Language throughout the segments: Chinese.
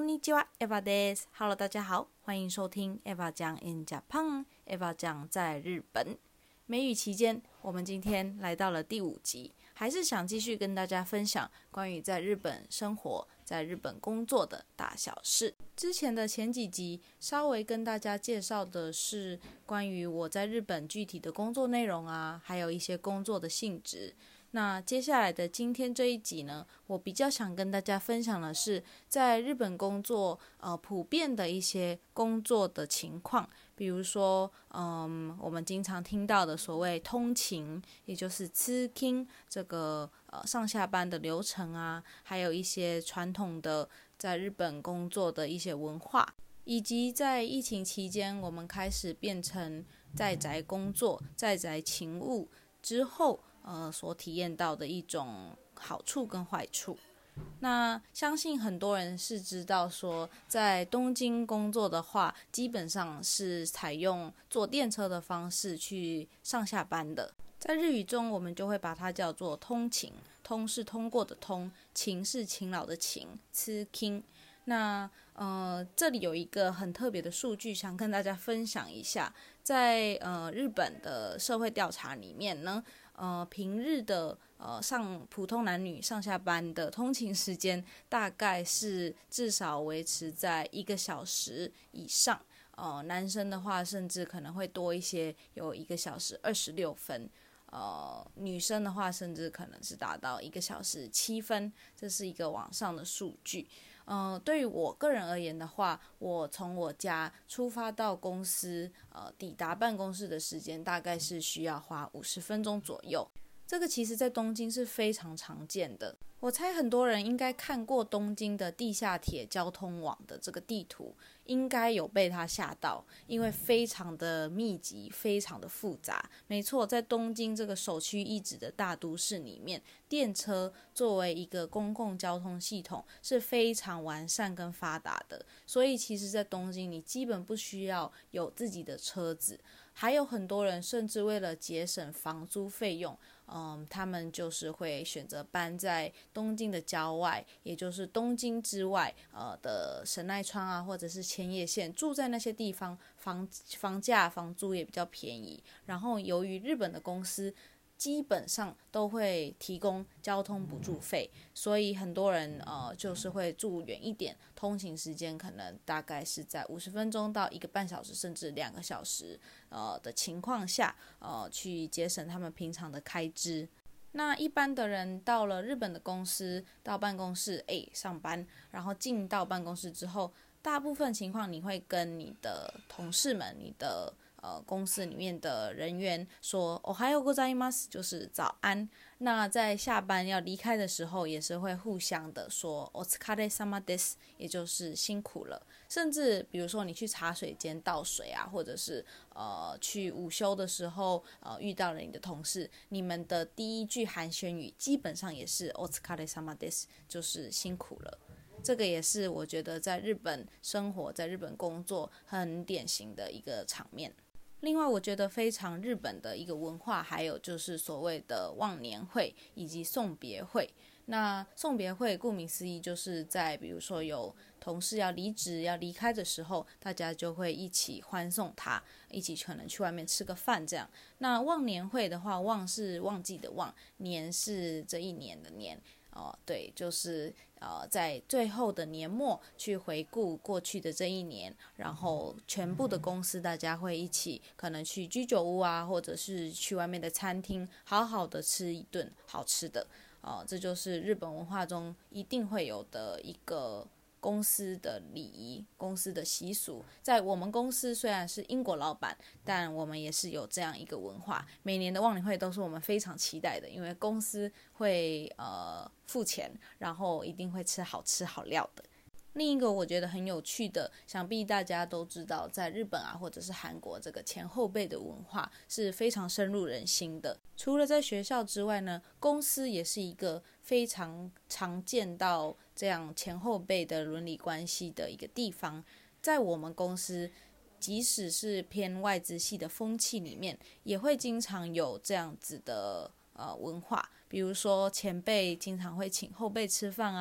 んにちは、Eva です。Hello， 大家好，欢迎收听 Eva 讲 in Japan。Eva 讲在日本。梅雨期间，我们今天来到了第5集，还是想继续跟大家分享关于在日本生活、在日本工作的大小事。之前的前几集稍微跟大家介绍的是关于我在日本具体的工作内容啊，还有一些工作的性质。那接下来的今天这一集呢，我比较想跟大家分享的是在日本工作普遍的一些工作的情况，比如说我们经常听到的所谓通勤，也就是通勤这个上下班的流程啊，还有一些传统的在日本工作的一些文化，以及在疫情期间我们开始变成在宅工作、在宅勤务之后所体验到的一种好处跟坏处。那相信很多人是知道说，在东京工作的话，基本上是采用坐电车的方式去上下班的。在日语中，我们就会把它叫做通勤，通是通过的通，勤是勤劳的勤，通勤。那这里有一个很特别的数据，想跟大家分享一下。在日本的社会调查里面呢，平日的普通男女上下班的通勤时间大概是至少维持在1个小时以上，男生的话甚至可能会多一些，有1个小时26分，女生的话甚至可能是达到1个小时7分，这是一个网上的数据。对于我个人而言的话，我从我家出发到公司，抵达办公室的时间大概是需要花50分钟左右。这个其实在东京是非常常见的。我猜很多人应该看过东京的地下铁交通网的这个地图，应该有被它吓到，因为非常的密集，非常的复杂。没错，在东京这个首屈一指的大都市里面，电车作为一个公共交通系统是非常完善跟发达的，所以其实在东京你基本不需要有自己的车子。还有很多人甚至为了节省房租费用，他们就是会选择搬在东京的郊外，也就是东京之外的神奈川啊，或者是千叶县，住在那些地方，房价房租也比较便宜。然后由于日本的公司基本上都会提供交通补助费，所以很多人就是会住远一点，通勤时间可能大概是在50分钟到1个半小时，甚至2个小时的情况下，去节省他们平常的开支。那一般的人到了日本的公司，到办公室上班，然后进到办公室之后，大部分情况你会跟你的同事们、你的公司里面的人员说おはようございます，就是早安。那在下班要离开的时候，也是会互相的说お疲れ様です，也就是辛苦了。甚至比如说你去茶水间倒水啊，或者是去午休的时候遇到了你的同事，你们的第一句寒暄语基本上也是お疲れ様です，就是辛苦了。这个也是我觉得在日本生活、在日本工作很典型的一个场面。另外我觉得非常日本的一个文化，还有就是所谓的忘年会以及送别会。那送别会顾名思义就是在比如说有同事要离职要离开的时候，大家就会一起欢送他，一起可能去外面吃个饭这样。那忘年会的话，忘是忘记的忘，年是这一年的年，对，就是在最后的年末去回顾过去的这一年，然后全部的公司大家会一起可能去居酒屋啊，或者是去外面的餐厅好好的吃一顿好吃的，这就是日本文化中一定会有的一个公司的礼仪、公司的习俗。在我们公司虽然是英国老板，但我们也是有这样一个文化，每年的忘年会都是我们非常期待的，因为公司会付钱，然后一定会吃好吃好料的。另一个我觉得很有趣的，想必大家都知道，在日本啊或者是韩国，这个前后辈的文化是非常深入人心的。除了在学校之外呢，公司也是一个非常常见到这样前后辈的伦理关系的一个地方。在我们公司，即使是偏外资系的风气里面，也会经常有这样子的文化。比如说前辈经常会请后辈吃饭啊，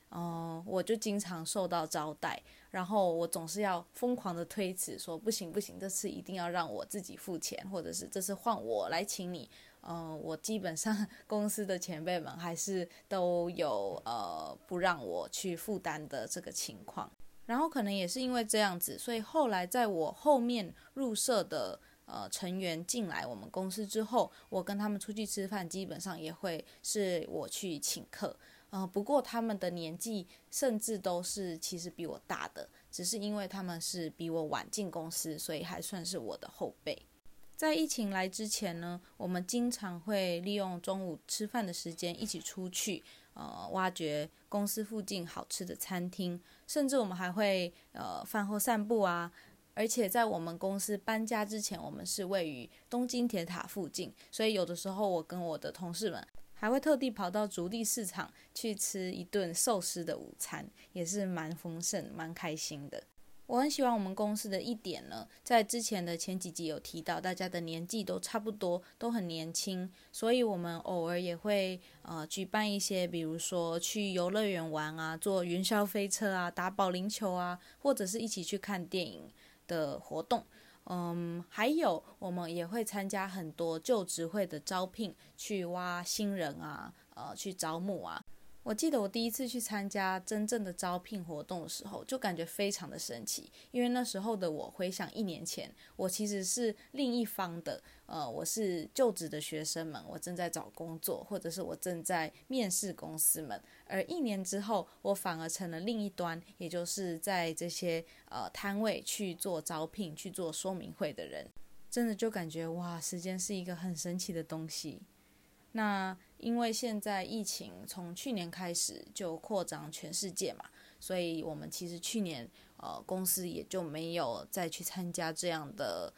我就经常受到招待，然后我总是要疯狂的推辞，说不行不行，这次一定要让我自己付钱，或者是这次换我来请你。我基本上公司的前辈们还是都有不让我去负担的这个情况。然后可能也是因为这样子，所以后来在我后面入社的成员进来我们公司之后，我跟他们出去吃饭，基本上也会是我去请客。不过他们的年纪甚至都是其实比我大的，只是因为他们是比我晚进公司，所以还算是我的后辈。在疫情来之前呢，我们经常会利用中午吃饭的时间一起出去，挖掘公司附近好吃的餐厅，甚至我们还会饭后散步啊。而且在我们公司搬家之前，我们是位于东京铁塔附近，所以有的时候我跟我的同事们还会特地跑到竹地市场去吃一顿寿司的午餐，也是蛮丰盛、蛮开心的。我很喜欢我们公司的一点呢，在之前的前几集有提到，大家的年纪都差不多，都很年轻，所以我们偶尔也会举办一些，比如说去游乐园玩啊，坐云霄飞车啊，打保龄球啊，或者是一起去看电影的活动。还有我们也会参加很多就职会的招聘，去挖新人啊，去招募啊。我记得我第一次去参加真正的招聘活动的时候，就感觉非常的神奇，因为那时候的我回想1年前，我其实是另一方的，我是就职的学生们，我正在找工作，或者是我正在面试公司们，而1年之后，我反而成了另一端，也就是在这些摊位去做招聘、去做说明会的人，真的就感觉哇，时间是一个很神奇的东西。那因为现在疫情从去年开始就扩张全世界嘛，所以我们其实去年公司也就没有再去参加这样的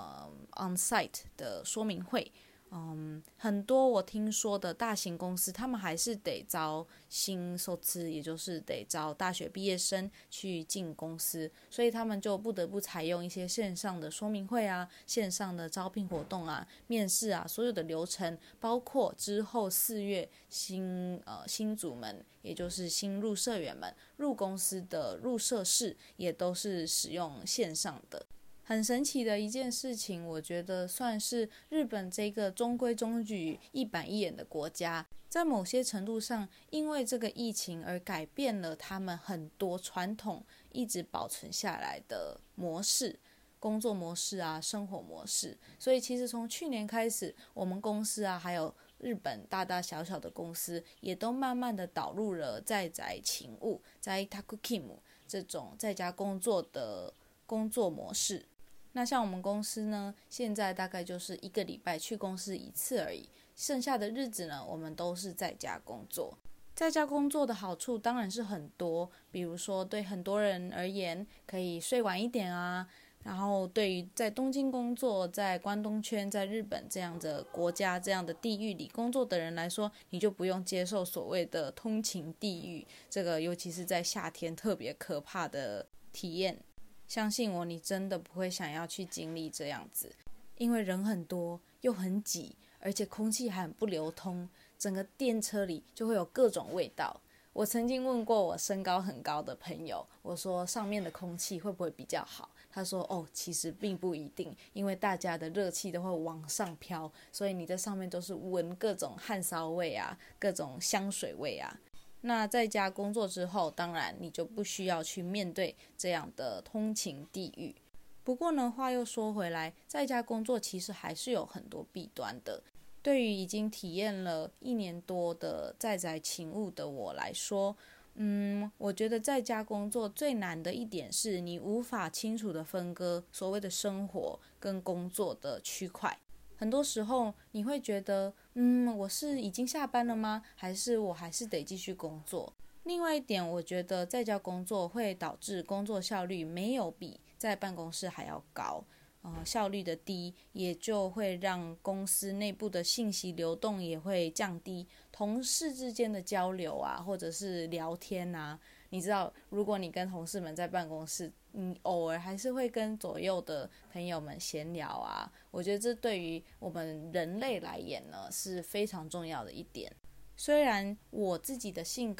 on-site 的说明会。很多我听说的大型公司，他们还是得招新卒，也就是得招大学毕业生去进公司，所以他们就不得不采用一些线上的说明会啊、线上的招聘活动啊、面试啊，所有的流程，包括之后4月新组们，也就是新入社员们入公司的入社式，也都是使用线上的。很神奇的一件事情，我觉得算是日本这个中规中矩、一板一眼的国家，在某些程度上，因为这个疫情而改变了他们很多传统一直保存下来的模式、工作模式啊、生活模式。所以其实从去年开始，我们公司啊，还有日本大大小小的公司，也都慢慢的导入了在宅勤务、在宅勤務这种在家工作的工作模式。那像我们公司呢，现在大概就是1个礼拜去公司1次而已，剩下的日子呢，我们都是在家工作。在家工作的好处当然是很多，比如说对很多人而言，可以睡晚一点啊。然后对于在东京工作、在关东圈、在日本这样的国家、这样的地域里工作的人来说，你就不用接受所谓的通勤地狱，这个尤其是在夏天特别可怕的体验。相信我，你真的不会想要去经历这样子，因为人很多又很挤，而且空气还很不流通，整个电车里就会有各种味道。我曾经问过我身高很高的朋友，我说上面的空气会不会比较好？他说其实并不一定，因为大家的热气都会往上飘，所以你在上面都是闻各种汗骚味啊，各种香水味啊。那在家工作之后，当然你就不需要去面对这样的通勤地狱。不过呢，话又说回来，在家工作其实还是有很多弊端的。对于已经体验了1年多的在宅勤务的我来说，我觉得在家工作最难的一点是你无法清楚的分割所谓的生活跟工作的区块。很多时候你会觉得，我是已经下班了吗？还是我还是得继续工作？另外一点，我觉得在家工作会导致工作效率没有比在办公室还要高，效率的低，也就会让公司内部的信息流动也会降低，同事之间的交流啊，或者是聊天啊，你知道，如果你跟同事们在办公室，你偶尔还是会跟左右的朋友们闲聊啊，我觉得这对于我们人类来言呢是非常重要的一点。虽然我自己的性格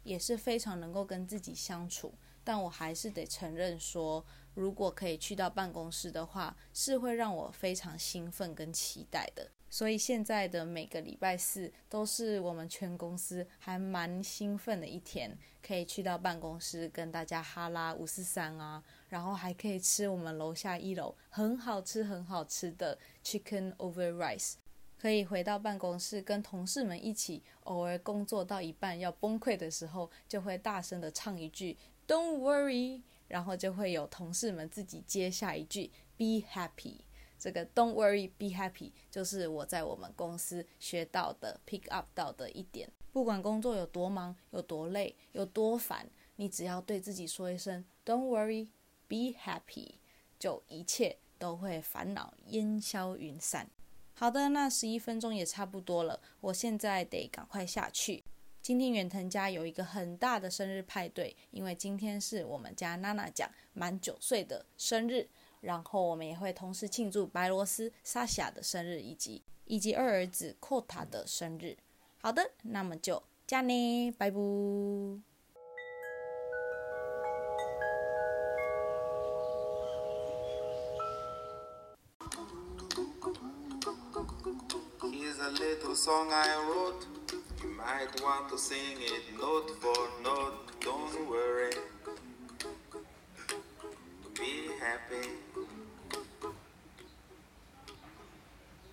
也是非常能够跟自己相处，但我还是得承认说，如果可以去到办公室的话，是会让我非常兴奋跟期待的。所以现在的每个礼拜四都是我们全公司还蛮兴奋的一天，可以去到办公室跟大家哈拉543啊，然后还可以吃我们楼下1楼很好吃的 Chicken over Rice， 可以回到办公室跟同事们一起，偶尔工作到一半要崩溃的时候，就会大声的唱一句 Don't worry， 然后就会有同事们自己接下一句 Be happy。这个 Don't worry, be happy 就是我在我们公司学到的 pick up 到的一点。不管工作有多忙、有多累、有多烦，你只要对自己说一声 Don't worry, be happy， 就一切都会烦恼烟消云散。好的，那11分钟也差不多了，我现在得赶快下去。今天远藤家有一个很大的生日派对，因为今天是我们家娜娜酱满9岁的生日。然后我们也会同时庆祝白罗斯莎夏的生日以及二儿子寇塔的生日。好的，那么就这样呢，拜拜。 Here's a little song I wrote. You might want to sing it note for note. Don't worry, be happy.